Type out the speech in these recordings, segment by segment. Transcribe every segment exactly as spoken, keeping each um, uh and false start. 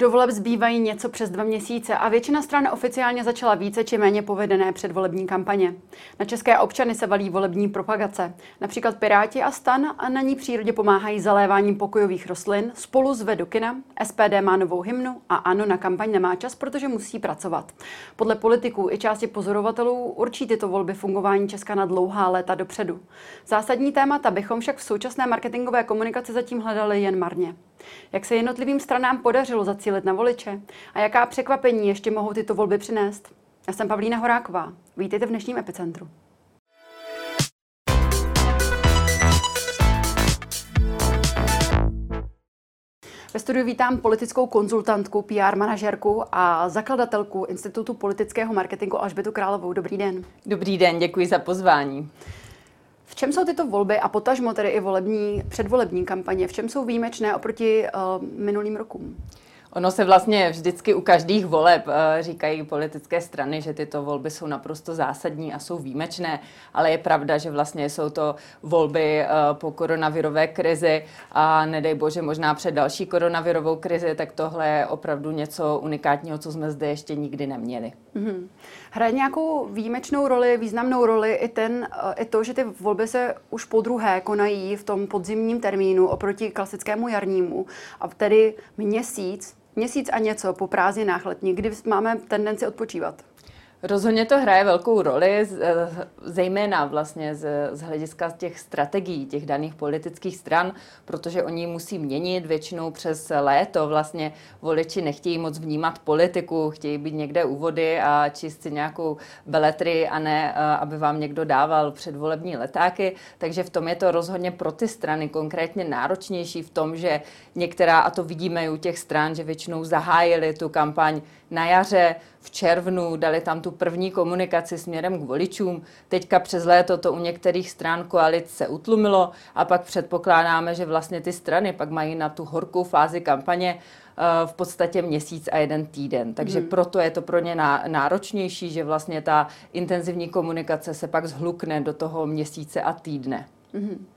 Do voleb zbývají něco přes dva měsíce a většina stran oficiálně začala více či méně povedené předvolební kampaně. Na české občany se valí volební propagace. Například Piráti a STAN a na ní přírodě pomáhají zaléváním pokojových rostlin, Spolu zve do kina, S P D má novou hymnu a ANO na kampaň nemá čas, protože musí pracovat. Podle politiků i části pozorovatelů určí tyto volby fungování Česka na dlouhá léta dopředu. Zásadní témata bychom však v současné marketingové komunikaci zatím hledali jen marně. Jak se jednotlivým stranám podařilo zacílit na voliče a jaká překvapení ještě mohou tyto volby přinést? Já jsem Pavlína Horáková. Vítejte v dnešním Epicentru. Ve studiu vítám politickou konzultantku, P R manažerku a zakladatelku Institutu politického marketingu Alžbětu Královou. Dobrý den. Dobrý den, děkuji za pozvání. V čem jsou tyto volby a potažmo tedy i volební, předvolební kampaně, v čem jsou výjimečné oproti uh, minulým rokům? Ono se vlastně vždycky u každých voleb uh, říkají politické strany, že tyto volby jsou naprosto zásadní a jsou výjimečné, ale je pravda, že vlastně jsou to volby uh, po koronavirové krizi a nedej bože možná před další koronavirovou krizi, tak tohle je opravdu něco unikátního, co jsme zde ještě nikdy neměli. Mm-hmm. Hraje nějakou výjimečnou roli, významnou roli i, ten, i to, že ty volby se už podruhé konají v tom podzimním termínu oproti klasickému jarnímu a tedy měsíc, měsíc a něco po prázdninách letních, kdy máme tendenci odpočívat? Rozhodně to hraje velkou roli, zejména vlastně z, z hlediska těch strategií těch daných politických stran, protože oni musí měnit většinou přes léto. Vlastně voliči nechtějí moc vnímat politiku, chtějí být někde u vody a číst si nějakou beletrii a ne, aby vám někdo dával předvolební letáky. Takže v tom je to rozhodně pro ty strany konkrétně náročnější v tom, že některá, a to vidíme i u těch stran, že většinou zahájili tu kampaň na jaře, v červnu, dali tam tu první komunikaci směrem k voličům. Teďka přes léto to u některých stran koalic se utlumilo a pak předpokládáme, že vlastně ty strany pak mají na tu horkou fázi kampaně v podstatě měsíc a jeden týden. Takže hmm. proto je to pro ně náročnější, že vlastně ta intenzivní komunikace se pak zhlukne do toho měsíce a týdne. Hmm.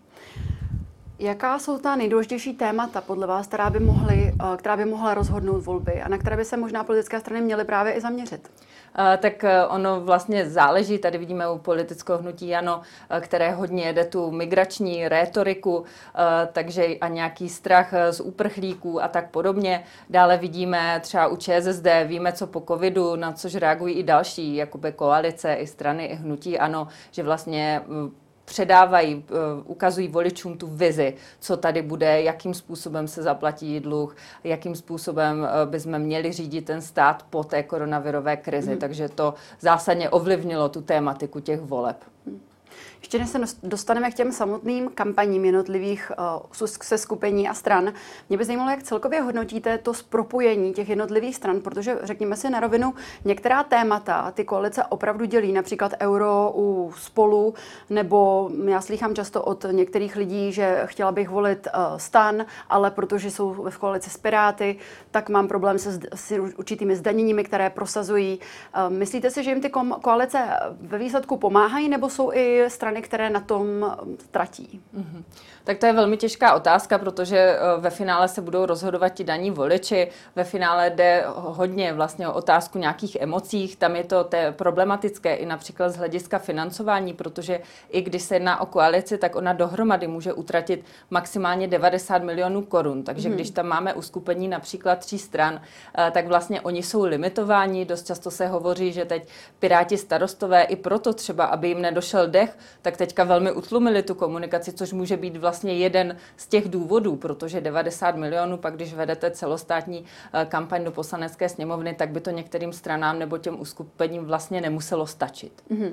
Jaká jsou ta nejdůležitější témata podle vás, která by, mohly, která by mohla rozhodnout volby a na které by se možná politické strany měly právě i zaměřit? Tak ono vlastně záleží, tady vidíme u politického hnutí ANO, které hodně jede tu migrační rétoriku, takže a nějaký strach z uprchlíků a tak podobně. Dále vidíme třeba u Č S S D, víme co po covidu, na což reagují i další jakoby koalice, i strany, i hnutí ANO, že vlastně předávají, ukazují voličům tu vizi, co tady bude, jakým způsobem se zaplatí dluh, jakým způsobem bychom měli řídit ten stát po té koronavirové krizi. Mm. Takže to zásadně ovlivnilo tu tématiku těch voleb. Mm. Ještě než se dostaneme k těm samotným kampaním jednotlivých uh, seskupení a stran, mě by zajímalo, jak celkově hodnotíte to zpropojení těch jednotlivých stran, protože řekněme si na rovinu, některá témata ty koalice opravdu dělí, například euro u Spolu, nebo já slýchám často od některých lidí, že chtěla bych volit uh, STAN, ale protože jsou v koalici s Piráty, tak mám problém se s určitými zdaněními, které prosazují. Uh, myslíte si, že jim ty koalice ve výsledku pomáhají, nebo jsou i strany, které na tom tratí? Mm-hmm. Tak to je velmi těžká otázka, protože ve finále se budou rozhodovat ti daní voliči. Ve finále jde hodně vlastně o otázku nějakých emocích. Tam je to té problematické i například z hlediska financování, protože i když se jedná o koalici, tak ona dohromady může utratit maximálně devadesát milionů korun. Takže mm-hmm. když tam máme uskupení například tří stran, tak vlastně oni jsou limitováni. Dost často se hovoří, že teď Piráti, Starostové i proto třeba, aby jim nedošel dech, tak teďka velmi utlumili tu komunikaci, což může být vlastně jeden z těch důvodů, protože devadesát milionů, pak když vedete celostátní kampaň do poslanecké sněmovny, tak by to některým stranám nebo těm uskupením vlastně nemuselo stačit. Mm-hmm.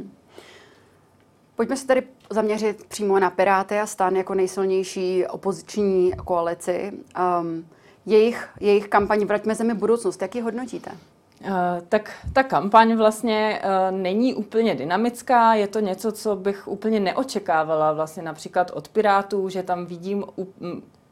Pojďme se tedy zaměřit přímo na Piráty a STAN jako nejsilnější opoziční koalici. Um, jejich, jejich kampaň Vraťme zemi budoucnost, jak ji hodnotíte? Uh, tak ta kampaň vlastně uh, není úplně dynamická, je to něco, co bych úplně neočekávala vlastně například od Pirátů, že tam vidím u, m,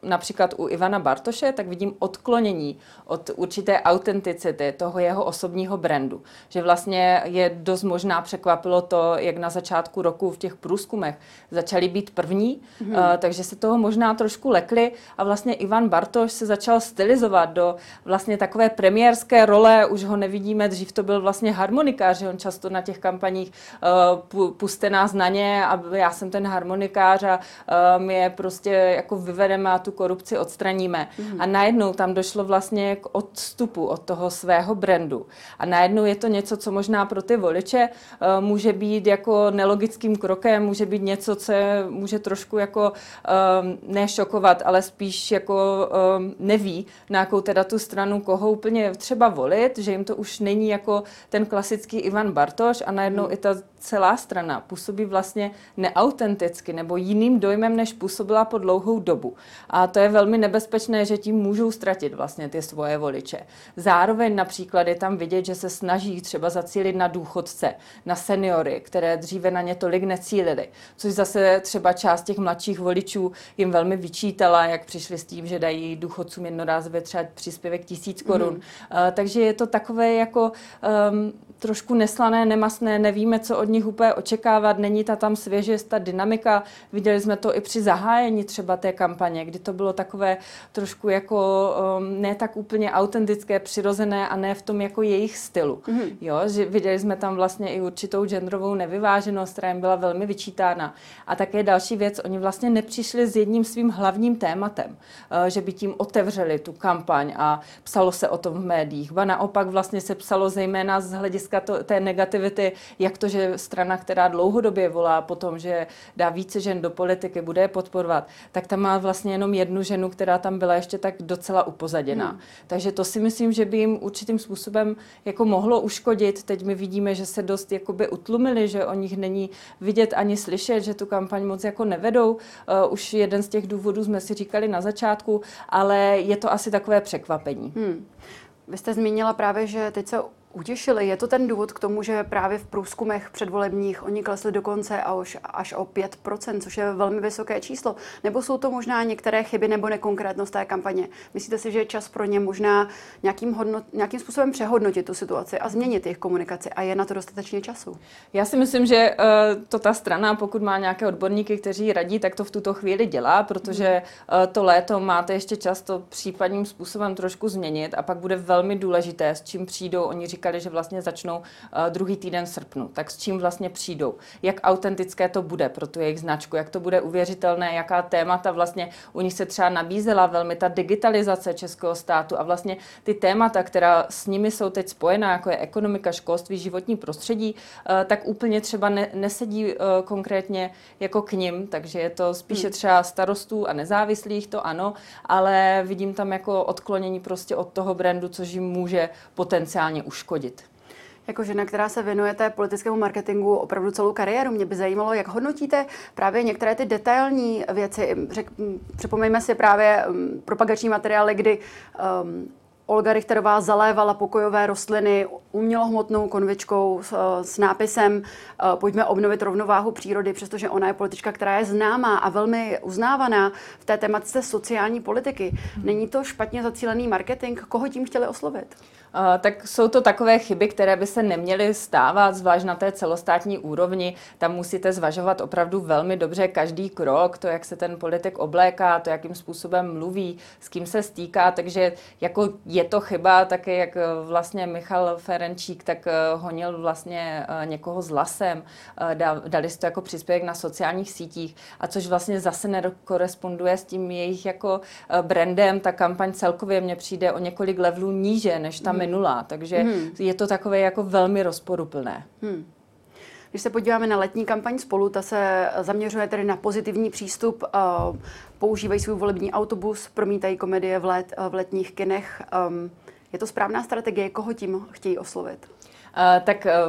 například u Ivana Bartoše, tak vidím odklonění od určité autenticity toho jeho osobního brandu. Že vlastně je dost možná překvapilo to, jak na začátku roku v těch průzkumech začali být první, mm. uh, takže se toho možná trošku lekli a vlastně Ivan Bartoš se začal stylizovat do vlastně takové premiérské role, už ho nevidíme, dřív to byl vlastně harmonikář, že on často na těch kampaních uh, puste nás na ně a já jsem ten harmonikář a uh, my je prostě jako vyvedeme a tu korupci odstraníme. Mm. A najednou tam došlo vlastně k odstupu od toho svého brandu. A najednou je to něco, co možná pro ty voliče uh, může být jako nelogickým krokem, může být něco, co je, může trošku jako um, nešokovat, ale spíš jako um, neví, na jakou teda tu stranu, koho úplně třeba volit, že jim to už není jako ten klasický Ivan Bartoš a najednou hmm. i ta celá strana působí vlastně neautenticky nebo jiným dojmem, než působila po dlouhou dobu. A to je velmi nebezpečné, že tím můžou ztratit vlastně ty svoje voliče. Zároveň například je tam vidět, že se snaží třeba zacílit na důchodce, na seniory, které dříve na ně tolik necílili. Což zase třeba část těch mladších voličů jim velmi vyčítala, jak přišli s tím, že dají důchodcům jednorázově třeba příspěvek tisíc korun. Mm. Uh, takže je to takové jako um, trošku neslané, nemastné, nevíme, co od nich úplně očekávat, není ta tam svěžest, ta dynamika. Viděli jsme to i při zahájení třeba té kampaně, kdy to bylo takové trošku jako um, ne tak úplně autentické, přirozené a ne v tom jako jejich stylu. Mm. Jo, že viděli jsme tam vlastně i určitou genderovou nevyváženost, která jim byla velmi vyčítána. A také další věc, oni vlastně nepřišli s jedním svým hlavním tématem, že by tím otevřeli tu kampaň a psalo se o tom v médiích. Ba naopak vlastně se psalo zejména z hlediska to, té negativity, jak to, že strana, která dlouhodobě volá po tom, že dá více žen do politiky, bude je podporovat, tak tam má vlastně jenom jednu ženu, která tam byla ještě tak docela upozaděná. Hmm. Takže to si myslím, že by jim určitým způsobem jako mohlo uškodit. Teď my vidíme, že se dost jakoby utlumili, že o nich není vidět ani slyšet, že tu kampaň moc jako nevedou. Uh, už jeden z těch důvodů jsme si říkali na začátku, ale je to asi takové překvapení. Hmm. Vy jste zmínila právě, že teď se utěšili. Je to ten důvod k tomu, že právě v průzkumech předvolebních oni klesli dokonce až, až o pět procent, což je velmi vysoké číslo. Nebo jsou to možná některé chyby nebo nekonkrétnost té kampaně? Myslíte si, že je čas pro ně možná nějakým, hodnot, nějakým způsobem přehodnotit tu situaci a změnit jejich komunikaci? A je na to dostatečně času? Já si myslím, že uh, to ta strana, pokud má nějaké odborníky, kteří radí, tak to v tuto chvíli dělá, protože uh, to léto máte ještě čas to případným způsobem trošku změnit a pak bude velmi důležité, s čím přijdou. Oni říkají, že vlastně začnou uh, druhý týden srpnu. Tak s čím vlastně přijdou? Jak autentické to bude pro tu jejich značku? Jak to bude uvěřitelné? Jaká témata vlastně u nich se třeba nabízela velmi ta digitalizace českého státu a vlastně ty témata, která s nimi jsou teď spojená, jako je ekonomika, školství, životní prostředí, uh, tak úplně třeba ne, nesedí uh, konkrétně jako k nim, takže je to spíše třeba starostů a nezávislých, to ano, ale vidím tam jako odklonění prostě od toho brandu, což jim může potenciálně uškodit. Jako žena, která se věnujete politickému marketingu opravdu celou kariéru, mě by zajímalo, jak hodnotíte právě některé ty detailní věci. Řek, připomeňme si právě um, propagační materiály, kdy um, Olga Richterová zalévala pokojové rostliny umělohmotnou konvičkou s, s nápisem uh, pojďme obnovit rovnováhu přírody, přestože ona je politička, která je známá a velmi uznávaná v té tematice sociální politiky. Není to špatně zacílený marketing? Koho tím chtěli oslovit? Uh, tak jsou to takové chyby, které by se neměly stávat, zvlášť na té celostátní úrovni. Tam musíte zvažovat opravdu velmi dobře každý krok, to, jak se ten politik obléká, to, jakým způsobem mluví, s kým se stýká, takže jako je to chyba, také jak vlastně Michal Ferenčík tak honil vlastně někoho s lasem, dali si to jako příspěvek na sociálních sítích, a což vlastně zase nekoresponduje s tím jejich jako brandem. Ta kampaň celkově mně přijde o několik levelů níže než ta hmm. minulá, takže hmm. je to takové jako velmi rozporuplné. Hmm. Když se podíváme na letní kampaň Spolu, ta se zaměřuje tedy na pozitivní přístup, používají svůj volební autobus, promítají komedie v, let, v letních kinech. Je to správná strategie? Koho tím chtějí oslovit? Uh, tak uh...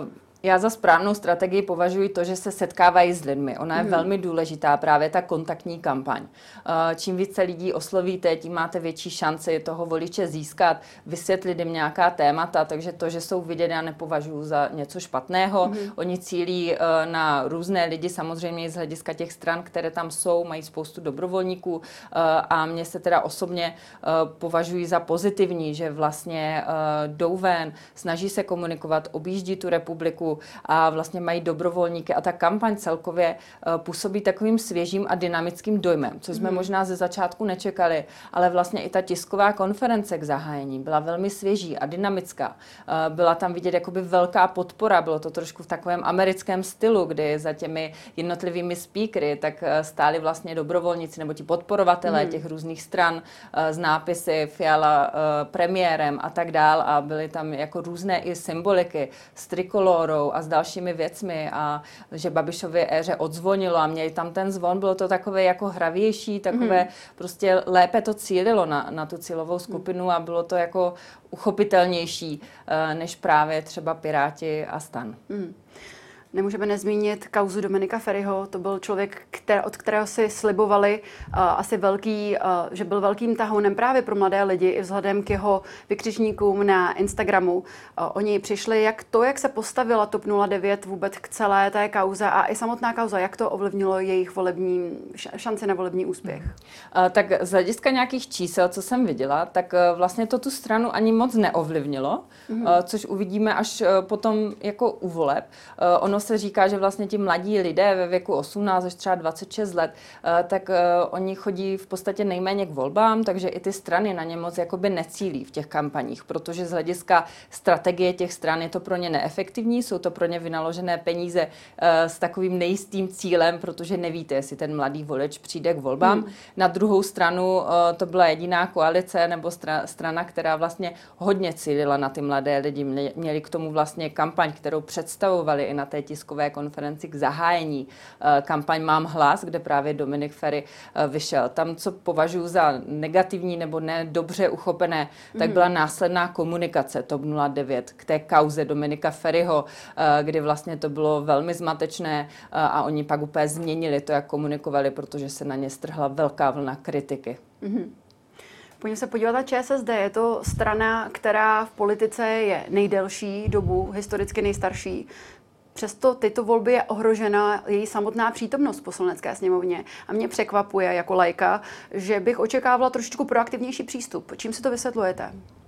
Já za správnou strategii považuji to, že se setkávají s lidmi. Ona je Hmm. velmi důležitá, právě ta kontaktní kampaň. Čím více lidí oslovíte, tím máte větší šanci toho voliče získat, vysvětlit jim nějaká témata, takže to, že jsou vidět, já nepovažuji za něco špatného. Hmm. Oni cílí na různé lidi, samozřejmě z hlediska těch stran, které tam jsou, mají spoustu dobrovolníků a mě se teda osobně považuji za pozitivní, že vlastně jdou ven, snaží se komunikovat, objíždí tu republiku a vlastně mají dobrovolníky a ta kampaň celkově uh, působí takovým svěžím a dynamickým dojmem, což jsme mm. možná ze začátku nečekali, ale vlastně i ta tisková konference k zahájení byla velmi svěží a dynamická. Uh, byla tam vidět jakoby velká podpora, bylo to trošku v takovém americkém stylu, kdy za těmi jednotlivými speakery tak uh, stáli vlastně dobrovolníci nebo ti podporovatelé mm. těch různých stran uh, z nápisy Fiala uh, premiérem a tak dál a byly tam jako různé i symboliky s trikolórou a s dalšími věcmi a že Babišově éře odzvonilo a měli tam ten zvon, bylo to takové jako hravější, takové mm. prostě lépe to cílilo na, na tu cílovou skupinu a bylo to jako uchopitelnější uh, než právě třeba Piráti a STAN. Mm. Nemůžeme nezmínit kauzu Dominika Feriho. To byl člověk, který, od kterého si slibovali uh, asi velký, uh, že byl velkým tahounem právě pro mladé lidi i vzhledem k jeho vykřičníkům na Instagramu. Uh, oni přišli, jak to, jak se postavila TOP nula devět vůbec k celé té kauze a i samotná kauza, jak to ovlivnilo jejich volební šanci na volební úspěch. Uh, tak z hlediska nějakých čísel, co jsem viděla, tak uh, vlastně to tu stranu ani moc neovlivnilo, mm-hmm. uh, což uvidíme až uh, potom jako u voleb. Uh, ono se říká, že vlastně ti mladí lidé ve věku osmnáct až třeba dvacet šest let, tak oni chodí v podstatě nejméně k volbám, takže i ty strany na ně moc jakoby necílí v těch kampaních, protože z hlediska strategie těch stran je to pro ně neefektivní, jsou to pro ně vynaložené peníze s takovým nejistým cílem, protože nevíte, jestli ten mladý volič přijde k volbám. Hmm. Na druhou stranu to byla jediná koalice nebo strana, která vlastně hodně cílila na ty mladé lidi. Měli k tomu vlastně kampaň, kterou představovali i na té tiskové konferenci k zahájení. Kampaň Mám hlas, kde právě Dominik Feri vyšel. Tam, co považuji za negativní nebo ne dobře uchopené, tak byla následná komunikace TOP nula devět k té kauze Dominika Feriho, kdy vlastně to bylo velmi zmatečné a oni pak úplně změnili to, jak komunikovali, protože se na ně strhla velká vlna kritiky. Mm-hmm. Pojďme se podívat na ČSSD. Je to strana, která v politice je nejdelší dobu, historicky nejstarší. Přesto tyto volby je ohrožena její samotná přítomnost v Poslanecké sněmovně. A mě překvapuje jako laika, že bych očekávala trošičku proaktivnější přístup. Čím si to vysvětlujete?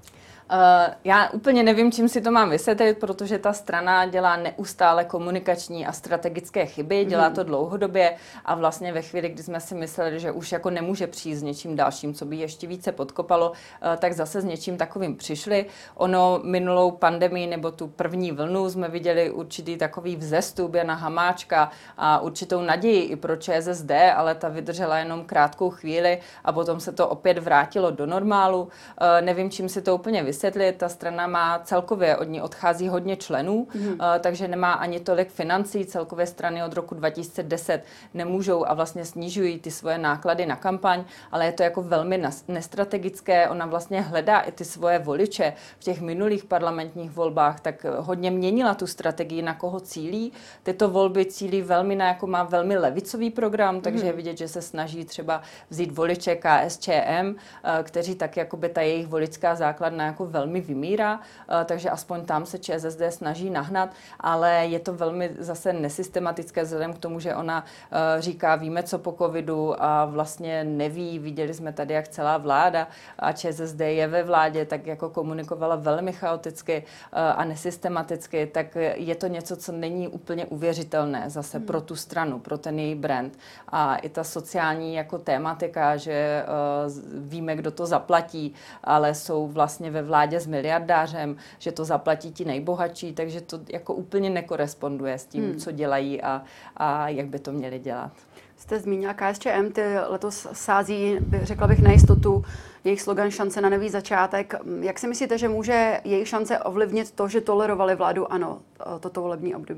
Uh, já úplně nevím, čím si to mám vysvětlit, protože ta strana dělá neustále komunikační a strategické chyby, dělá to dlouhodobě a vlastně ve chvíli, kdy jsme si mysleli, že už jako nemůže přijít s něčím dalším, co by ještě více podkopalo, uh, tak zase s něčím takovým přišli. Ono minulou pandemii nebo tu první vlnu jsme viděli určitý takový vzestup Jana Hamáčka a určitou naději i pro ČSSD, ale ta vydržela jenom krátkou chvíli a potom se to opět vrátilo do normálu. Uh, nevím, čím si to úplně vysvětlit. Vysvětlit, ta strana má celkově, od ní odchází hodně členů, mm. uh, takže nemá ani tolik financí. Celkové strany od roku dva tisíce deset nemůžou a vlastně snižují ty svoje náklady na kampaň, ale je to jako velmi nestrategické. Ona vlastně hledá i ty svoje voliče v těch minulých parlamentních volbách, tak hodně měnila tu strategii, na koho cílí. Tyto volby cílí velmi na, jako má velmi levicový program, takže mm. je vidět, že se snaží třeba vzít voliče K S Č M, uh, kteří tak jakoby ta jejich voličská základna jako velmi vymírá, takže aspoň tam se ČSSD snaží nahnat, ale je to velmi zase nesystematické vzhledem k tomu, že ona říká, víme co po covidu a vlastně neví, viděli jsme tady, jak celá vláda a ČSSD je ve vládě, tak jako komunikovala velmi chaoticky a nesystematicky, tak je to něco, co není úplně uvěřitelné zase hmm. pro tu stranu, pro ten její brand. A i ta sociální jako tématika, že víme, kdo to zaplatí, ale jsou vlastně ve vládě s miliardářem, že to zaplatí ti nejbohatší, takže to jako úplně nekoresponduje s tím, hmm. co dělají a, a jak by to měli dělat. Jste zmínila K S Č M, ty letos sází, řekla bych, na jistotu, jejich slogan Šance na nový začátek. Jak si myslíte, že může jejich šance ovlivnit to, že tolerovali vládu ANO toto volební období? Hmm.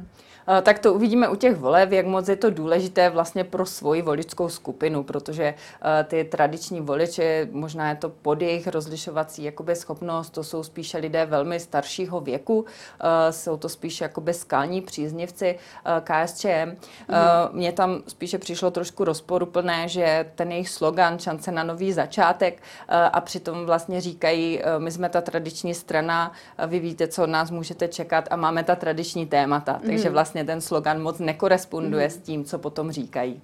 Tak to uvidíme u těch voleb, jak moc je to důležité vlastně pro svoji voličskou skupinu, protože ty tradiční voliči, možná je to pod jejich rozlišovací jakoby schopnost, to jsou spíše lidé velmi staršího věku, jsou to spíše jakoby skalní příznivci K S Č M. Mm. Mně tam spíše přišlo trošku rozporuplné, že ten jejich slogan Šance na nový začátek a přitom vlastně říkají, my jsme ta tradiční strana, vy víte, co od nás můžete čekat a máme ta tradiční témata, mm. takže vlastně ten slogan moc nekoresponduje mm. s tím, co potom říkají.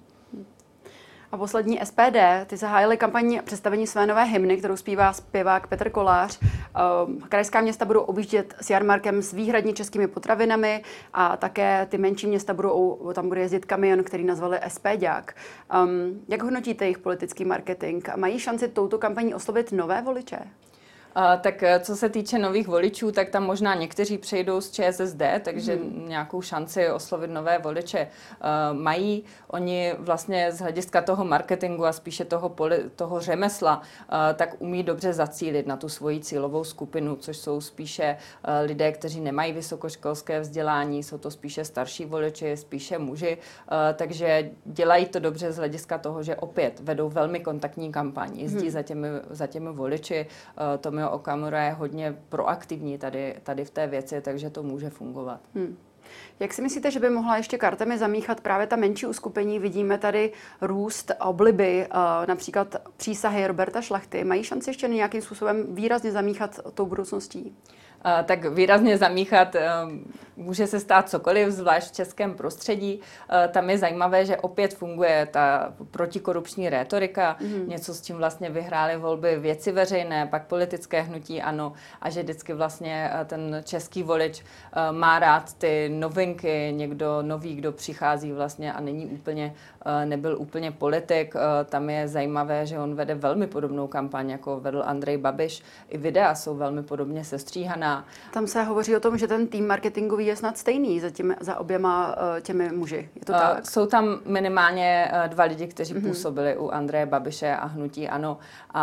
A poslední S P D, ty zahájily kampaň představení své nové hymny, kterou zpívá zpěvák Petr Kolář. Krajská města budou objíždět s jarmarkem s výhradně českými potravinami a také ty menší města budou, tam bude jezdit kamion, který nazvali SPďák. Um, jak hodnotíte jejich politický marketing? Mají šanci touto kampaní oslovit nové voliče? Uh, tak co se týče nových voličů, tak tam možná někteří přejdou z Č S S D, takže hmm. nějakou šanci oslovit nové voliče uh, mají. Oni vlastně z hlediska toho marketingu a spíše toho, poli, toho řemesla, uh, tak umí dobře zacílit na tu svoji cílovou skupinu, což jsou spíše uh, lidé, kteří nemají vysokoškolské vzdělání, jsou to spíše starší voliči, spíše muži, uh, takže dělají to dobře z hlediska toho, že opět vedou velmi kontaktní kampaň, jezdí hmm. za, těmi, za těmi voliči, uh, to mi Okamura je hodně proaktivní tady, tady v té věci, takže to může fungovat. Hmm. Jak si myslíte, že by mohla ještě kartami zamíchat právě ta menší uskupení? Vidíme tady růst obliby, například přísahy Roberta Šlachty. Mají šanci ještě nějakým způsobem výrazně zamíchat tou budoucností? Uh, tak výrazně zamíchat uh, může se stát cokoliv, zvlášť v českém prostředí. Uh, tam je zajímavé, že opět funguje ta protikorupční rétorika, mm. něco, s čím vlastně vyhrály volby Věci veřejné, pak politické hnutí ANO a že vždycky vlastně uh, ten český volič uh, má rád ty novinky, někdo nový, kdo přichází vlastně a není úplně, uh, nebyl úplně politik. Uh, tam je zajímavé, že on vede velmi podobnou kampaň, jako vedl Andrej Babiš. I videa jsou velmi podobně sestříhaná. Tam se hovoří o tom, že ten tým marketingový je snad stejný za, těmi, za oběma uh, těmi muži. Je to tak? Uh, jsou tam minimálně uh, dva lidi, kteří mm-hmm. působili u Andreje Babiše a hnutí ANO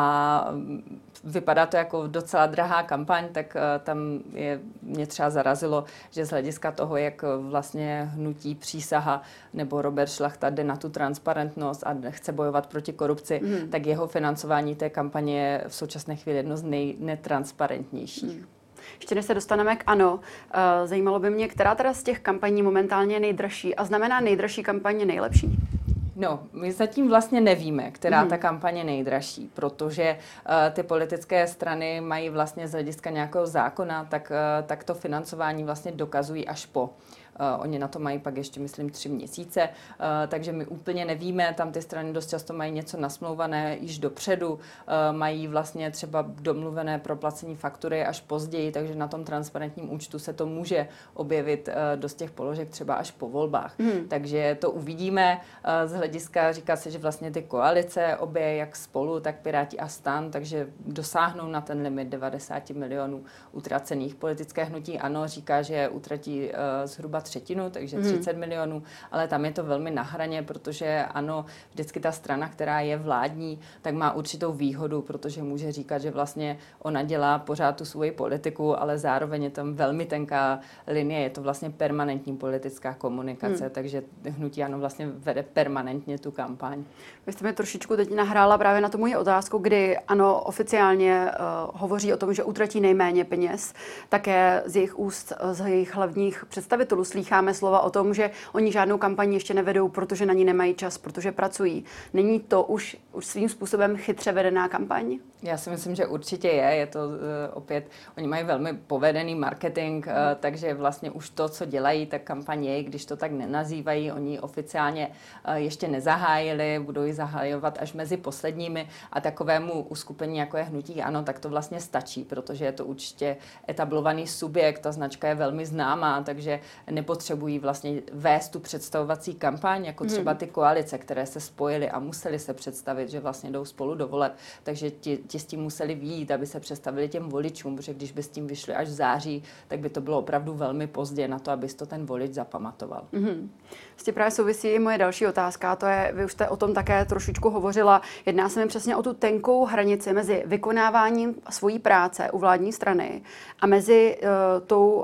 a um, vypadá to jako docela drahá kampaň, tak uh, tam je, mě třeba zarazilo, že z hlediska toho, jak vlastně hnutí Přísaha nebo Robert Šlachta jde na tu transparentnost a chce bojovat proti korupci, mm-hmm. tak jeho financování té kampaně je v současné chvíli jedno z nejnetransparentnějších. Mm. Ještě než se dostaneme k ANO, zajímalo by mě, která teda z těch kampaní momentálně je nejdražší a znamená nejdražší kampaně nejlepší? No, my zatím vlastně nevíme, která ta kampaň je nejdražší, protože uh, ty politické strany mají vlastně z hlediska nějakého zákona, tak, uh, tak to financování vlastně dokazují až po. Uh, oni na to mají pak ještě, myslím, tři měsíce, uh, takže my úplně nevíme, tam ty strany dost často mají něco nasmlouvané již dopředu, uh, mají vlastně třeba domluvené proplacení faktury až později, takže na tom transparentním účtu se to může objevit uh, dost těch položek třeba až po volbách. Hmm. Takže to uvidíme uh, z hlediska, říká se, že vlastně ty koalice, obě jak Spolu, tak Piráti a STAN, takže dosáhnou na ten limit devadesát milionů utracených. Politické hnutí ANO říká, že utratí uh, zhruba třetinu, takže třicet mm. milionů, ale tam je to velmi na hraně, protože ano, vždycky ta strana, která je vládní, tak má určitou výhodu, protože může říkat, že vlastně ona dělá pořád tu svoji politiku, ale zároveň je tam velmi tenká linie, je to vlastně permanentní politická komunikace, mm. takže hnutí ANO vlastně vede permanentně tu kampaň. Vy jste mi trošičku teď nahrála právě na tu moji otázku, kdy ANO oficiálně uh, hovoří o tom, že utratí nejméně peněz, také z jejich úst, z jejich hlavních představitelů slýcháme slova o tom, že oni žádnou kampaň ještě nevedou, protože na ní nemají čas, protože pracují. Není to už, už svým způsobem chytře vedená kampaň? Já si myslím, že určitě je. Je to uh, opět, oni mají velmi povedený marketing, uh, takže vlastně už to, co dělají, tak kampaň je, když to tak nenazývají, oni oficiálně uh, ještě nezahájili, budou ji zahájovat až mezi posledními a takovému uskupení, jako je hnutí ANO, tak to vlastně stačí, protože je to určitě etablovaný subjekt, ta značka je velmi známá, takže nepotřebují vlastně vést tu představovací kampaň, jako třeba ty koalice, které se spojily a museli se představit, že vlastně jdou spolu do voleb, takže ti, ti s tím museli vyjít, aby se představili těm voličům, protože když by s tím vyšli až v září, tak by to bylo opravdu velmi pozdě na to, aby to ten volič zapamatoval. Mm-hmm. S tím právě souvisí i moje další otázka, to je, vy už jste o tom také trošičku hovořila, jedná se mi přesně o tu tenkou hranici mezi vykonáváním svojí práce u vládní strany a mezi uh, tou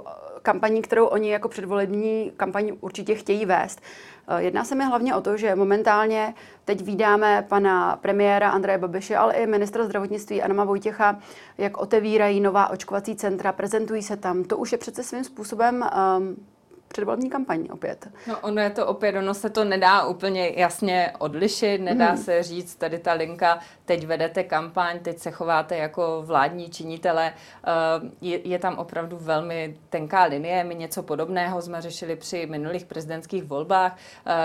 kampaní, kterou oni jako předvolební kampaň určitě chtějí vést. Jedná se mi hlavně o to, že momentálně teď vídáme pana premiéra Andreje Babiše, ale i ministra zdravotnictví Adama Vojtěcha, jak otevírají nová očkovací centra, prezentují se tam. To už je přece svým způsobem um, předvolební kampaň opět. No ono je to opět, ono se to nedá úplně jasně odlišit, nedá mm. se říct, tady ta linka, teď vedete kampaň, teď se chováte jako vládní činitele, je, je tam opravdu velmi tenká linie. My něco podobného jsme řešili při minulých prezidentských volbách,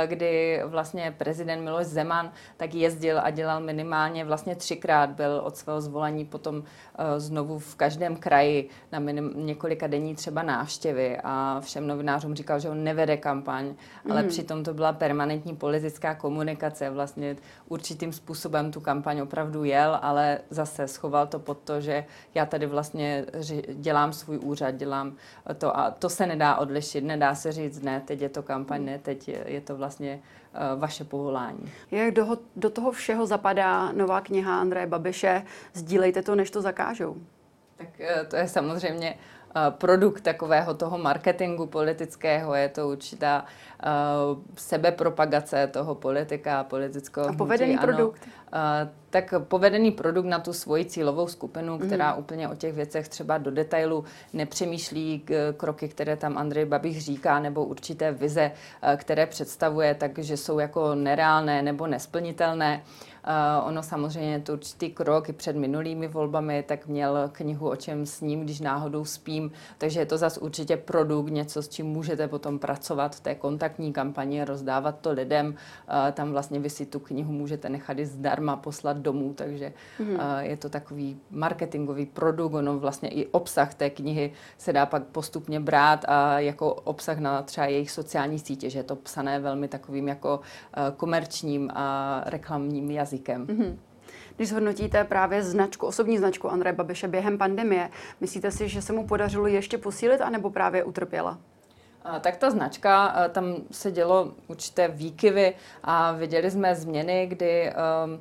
kdy vlastně prezident Miloš Zeman tak jezdil a dělal minimálně vlastně třikrát, byl od svého zvolení potom znovu v každém kraji na minim, několika denní třeba návštěvy a všem novinářům říkal, že on nevede kampaň, ale mm. přitom to byla permanentní politická komunikace. Vlastně určitým způsobem tu kampaň opravdu jel, ale zase schoval to pod to, že já tady vlastně dělám svůj úřad, dělám to a to se nedá odlišit. Nedá se říct, ne, teď je to kampaň, ne, teď je, je to vlastně uh, vaše povolání. Jak do, do toho všeho zapadá nová kniha Andreje Babiše Sdílejte to, než to zakážou? Tak uh, to je samozřejmě produkt takového toho marketingu politického, je to určitá uh, sebepropagace toho politika, politického a povedený hnutí, produkt? Uh, tak povedený produkt na tu svoji cílovou skupinu, která mm. úplně o těch věcech třeba do detailu nepřemýšlí k, kroky, které tam Andrej Babiš říká, nebo určité vize, uh, které představuje, takže jsou jako nereálné nebo nesplnitelné. Uh, ono samozřejmě to určitý krok i před minulými volbami, tak měl knihu O čem sním, když náhodou spím, takže je to zas určitě produkt, něco, s čím můžete potom pracovat v té kontaktní kampani, rozdávat to lidem. Uh, tam vlastně vy si tu knihu můžete nechat i zdarma poslat domů, takže mm. uh, je to takový marketingový produkt, ono vlastně i obsah té knihy se dá pak postupně brát a jako obsah na třeba jejich sociální sítě, že je to psané velmi takovým jako uh, komerčním a reklamním jazykem. Mm-hmm. Když zhodnotíte právě značku, osobní značku Andreje Babiše během pandemie, myslíte si, že se mu podařilo ještě posílit, anebo právě utrpěla? Tak ta značka, tam se dělo určité výkyvy a viděli jsme změny, kdy um,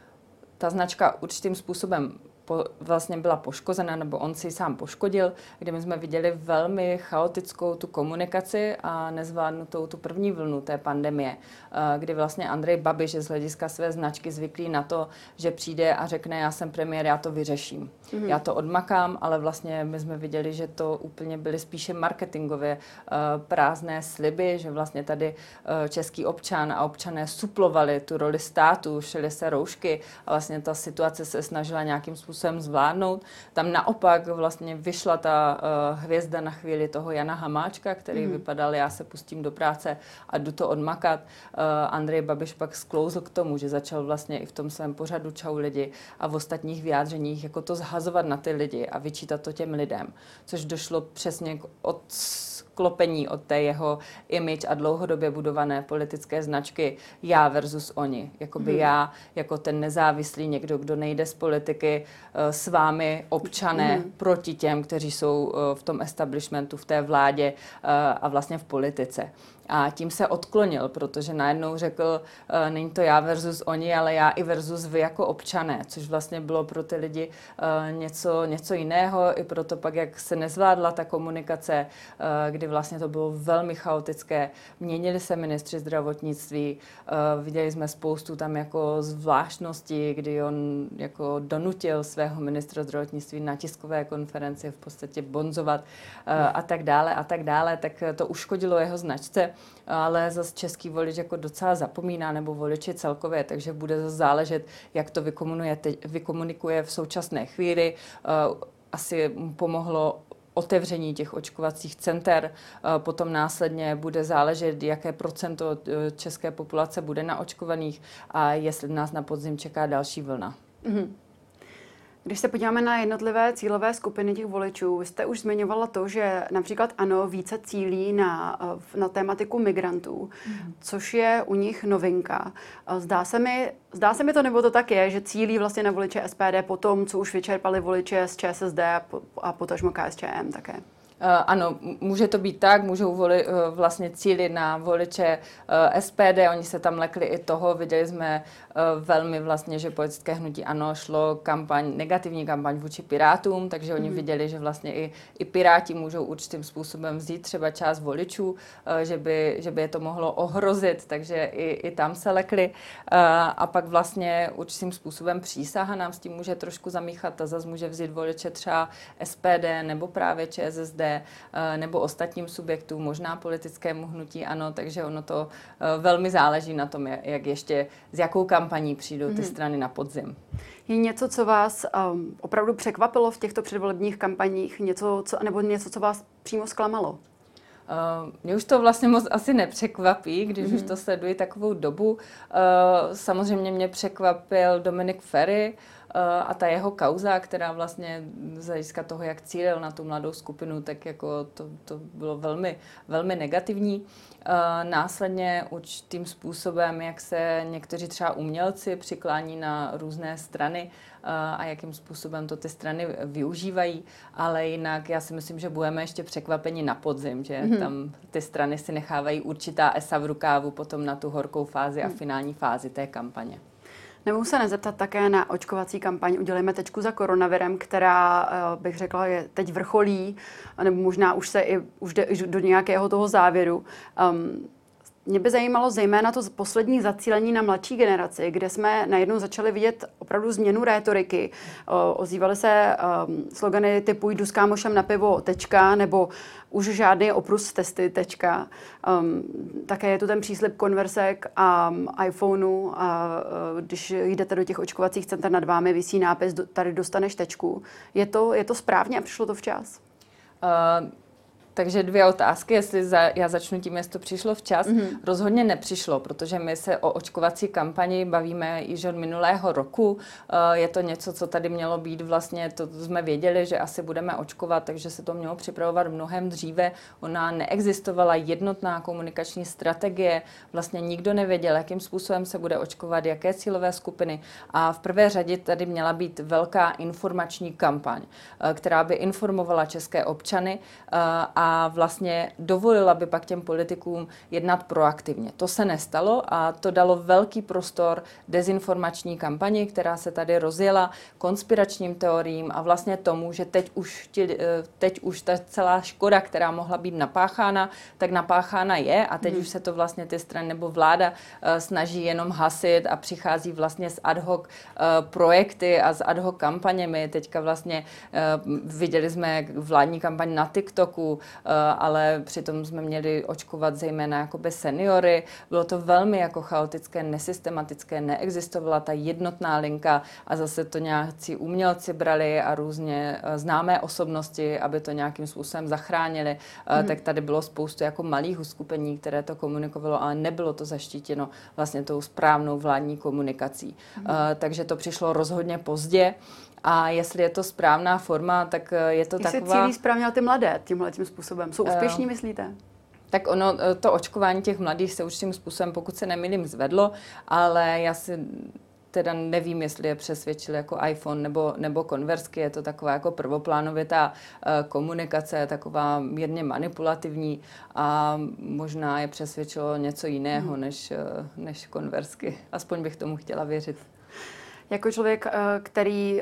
ta značka určitým způsobem Po, vlastně byla poškozena, nebo on si sám poškodil, kdy my jsme viděli velmi chaotickou tu komunikaci a nezvládnutou tu první vlnu té pandemie, kdy vlastně Andrej Babiš je z hlediska své značky zvyklý na to, že přijde a řekne, já jsem premiér, já to vyřeším. Mm-hmm. Já to odmakám, ale vlastně my jsme viděli, že to úplně byly spíše marketingově prázdné sliby, že vlastně tady český občan a občané suplovali tu roli státu, šily se roušky a vlastně ta situace se snažila nějakým způsobem zvládnout. Tam naopak vlastně vyšla ta uh, hvězda na chvíli toho Jana Hamáčka, který mm. vypadal, já se pustím do práce a jdu to odmakat. Uh, Andrej Babiš pak sklouzl k tomu, že začal vlastně i v tom svém pořadu Čau lidi a v ostatních vyjádřeních jako to zhazovat na ty lidi a vyčítat to těm lidem, což došlo přesně k odklopení od té jeho image a dlouhodobě budované politické značky já versus oni. Jakoby mm. já jako ten nezávislý někdo, kdo nejde z politiky s vámi občané mm. proti těm, kteří jsou v tom establishmentu, v té vládě a vlastně v politice. A tím se odklonil, protože najednou řekl, uh, není to já versus oni, ale já i versus vy jako občané, což vlastně bylo pro ty lidi uh, něco, něco jiného, i proto pak, jak se nezvládla ta komunikace, uh, kdy vlastně to bylo velmi chaotické. Měnili se ministři zdravotnictví, uh, viděli jsme spoustu tam jako zvláštností, kdy on jako donutil svého ministra zdravotnictví na tiskové konferenci v podstatě bonzovat uh, a tak dále a tak dále, tak to uškodilo jeho značce. Ale zase český volič jako docela zapomíná, nebo voliči celkově, takže bude zase záležet, jak to vykomunikuje v současné chvíli. Asi mu pomohlo otevření těch očkovacích center, potom následně bude záležet, jaké procento české populace bude naočkovaných a jestli nás na podzim čeká další vlna. Mm-hmm. Když se podíváme na jednotlivé cílové skupiny těch voličů, vy jste už zmiňovala to, že například ANO více cílí na, na tématiku migrantů, mm. což je u nich novinka. Zdá se mi, zdá se mi to, nebo to tak je, že cílí vlastně na voliče S P D po tom, co už vyčerpali voliče z ČSSD a, po, a potažmo K S Č M také? Ano, může to být tak, můžou voli, vlastně cílit na voliče S P D, oni se tam lekli i toho, viděli jsme velmi vlastně, že politické hnutí ANO šlo kampaň, negativní kampaň vůči Pirátům, takže oni mm. viděli, že vlastně i, i Piráti můžou určitým způsobem vzít třeba část voličů, že by, že by je to mohlo ohrozit, takže i, i tam se lekli. A pak vlastně určitým způsobem přísaha nám s tím může trošku zamíchat a zase může vzít voliče třeba S P D nebo právě Č S S D nebo ostatním subjektům, možná politickému hnutí ANO, takže ono to velmi záleží na tom, jak ještě, s jakou kampaní přijdou ty strany na podzim. Je něco, co vás um, opravdu překvapilo v těchto předvolebních kampaních, něco, co, nebo něco, co vás přímo zklamalo? Uh, mě už to vlastně moc asi nepřekvapí, když mm-hmm. už to sleduji takovou dobu. Uh, samozřejmě mě překvapil Dominik Feri, a ta jeho kauza, která vlastně z hlediska toho, jak cílil na tu mladou skupinu, tak jako to, to bylo velmi, velmi negativní. Následně určitým způsobem, jak se někteří třeba umělci přiklání na různé strany a jakým způsobem to ty strany využívají, ale jinak já si myslím, že budeme ještě překvapeni na podzim, že mm-hmm. tam ty strany si nechávají určitá esa v rukávu potom na tu horkou fázi a finální fázi té kampaně. Nemohu se nezeptat také na očkovací kampaň Udělejme tečku za koronavirem, která, bych řekla, je teď vrcholí, nebo možná už se i už jde do nějakého toho závěru. Um, Mě by zajímalo zejména to poslední zacílení na mladší generaci, kde jsme najednou začali vidět opravdu změnu rétoriky. O, ozývaly se um, slogany typu jdu s kámošem na pivo tečka, nebo už žádný oprus testy tečka. Um, také je tu ten příslib konversek a um, iPhoneu a uh, když jdete do těch očkovacích center, nad vámi visí nápis tady dostaneš tečku. Je to, je to správně a přišlo to včas? Uh... Takže dvě otázky, jestli za, já začnu tím, jestli to přišlo včas. Mm-hmm. Rozhodně nepřišlo, protože my se o očkovací kampani bavíme již od minulého roku. Je to něco, co tady mělo být vlastně, to jsme věděli, že asi budeme očkovat, takže se to mělo připravovat mnohem dříve. Ona neexistovala jednotná komunikační strategie, vlastně nikdo nevěděl, jakým způsobem se bude očkovat, jaké cílové skupiny. A v prvé řadě tady měla být velká informační kampaň, která by informovala české občany a a vlastně dovolila by pak těm politikům jednat proaktivně. To se nestalo a to dalo velký prostor dezinformační kampani, která se tady rozjela, konspiračním teoriím a vlastně tomu, že teď už, ti, teď už ta celá škoda, která mohla být napáchána, tak napáchána je a teď hmm. už se to vlastně ty strany nebo vláda uh, snaží jenom hasit a přichází vlastně s ad hoc uh, projekty a s ad hoc kampaněmi. Teďka vlastně uh, viděli jsme vládní kampaň na TikToku, ale přitom jsme měli očkovat zejména jakoby seniory. Bylo to velmi jako chaotické, nesystematické, neexistovala ta jednotná linka a zase to nějací umělci brali a různě známé osobnosti, aby to nějakým způsobem zachránili. Hmm. Tak tady bylo spoustu jako malých uskupení, které to komunikovalo, ale nebylo to zaštítěno vlastně tou správnou vládní komunikací. Hmm. Takže to přišlo rozhodně pozdě. A jestli je to správná forma, tak je to jestli taková... cílí správně na ty mladé tímhle tím způsobem. Jsou úspěšní, uh, myslíte? Tak ono, to očkování těch mladých se určitým způsobem, pokud se nemýlím, zvedlo, ale já si teda nevím, jestli je přesvědčil jako iPhone nebo, nebo konversky. Je to taková jako prvoplánovitá uh, komunikace, taková mírně manipulativní a možná je přesvědčilo něco jiného hmm. než, uh, než konversky. Aspoň bych tomu chtěla věřit. Jako člověk, který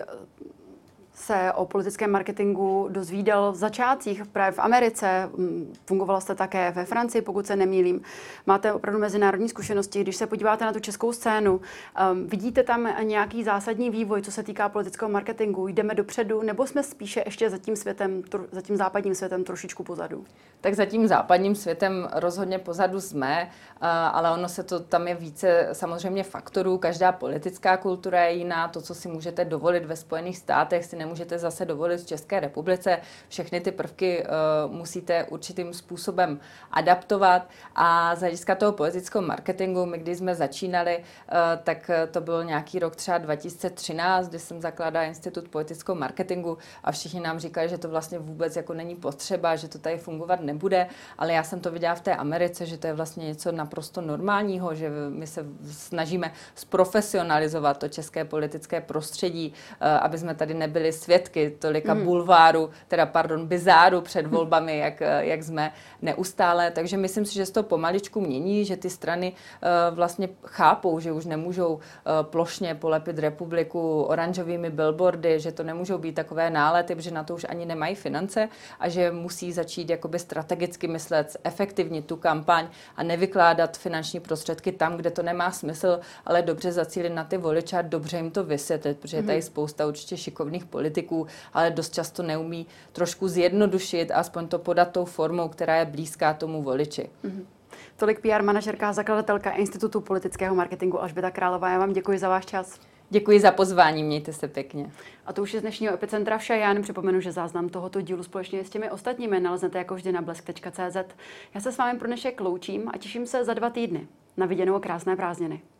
se o politickém marketingu dozvídal v začátcích právě v Americe, fungovala jste také ve Francii, pokud se nemýlím. Máte opravdu mezinárodní zkušenosti. Když se podíváte na tu českou scénu, um, vidíte tam nějaký zásadní vývoj, co se týká politického marketingu? Jdeme dopředu, nebo jsme spíše ještě za tím světem, za tím západním světem trošičku pozadu? Tak za tím západním světem rozhodně pozadu jsme, ale ono se to, tam je více samozřejmě faktorů. Každá politická kultura je jiná. To, co si můžete dovolit ve Spojených státech, si nemůžete zase dovolit v České republice. Všechny ty prvky uh, musíte určitým způsobem adaptovat a z hlediska toho politického marketingu, my když jsme začínali, uh, tak to byl nějaký rok třeba dva tisíce třináct, kdy jsem zakládala Institut politického marketingu a všichni nám říkali, že to vlastně vůbec jako není potřeba, že to tady fungovat nebude, ale já jsem to viděla v té Americe, že to je vlastně něco naprosto normálního, že my se snažíme zprofesionalizovat to české politické prostředí, uh, aby jsme tady nebyli byli svědky tolika mm. bulváru, teda pardon, bizáru před volbami, jak, jak jsme neustále. Takže myslím si, že se to pomaličku mění, že ty strany uh, vlastně chápou, že už nemůžou uh, plošně polepit republiku oranžovými billboardy, že to nemůžou být takové nálety, protože na to už ani nemají finance a že musí začít jakoby strategicky myslet, efektivnit tu kampaň a nevykládat finanční prostředky tam, kde to nemá smysl, ale dobře zacílit na ty voliče a dobře jim to vysvětlit, protože je tady spousta určitě šikovných politiků, ale dost často neumí trošku zjednodušit a aspoň to podat tou formou, která je blízká tomu voliči. Mm-hmm. Tolik P R manažerka a zakladatelka Institutu politického marketingu Alžběta Králová. Já vám děkuji za váš čas. Děkuji za pozvání, mějte se pěkně. A to už je z dnešního Epicentra vše. Já jen připomenu, že záznam tohoto dílu společně s těmi ostatními naleznete jako vždy na blesk tečka cé zet. Já se s vámi pro dnešek loučím a těším se za dva týdny. Na viděnou a krásné prázdniny.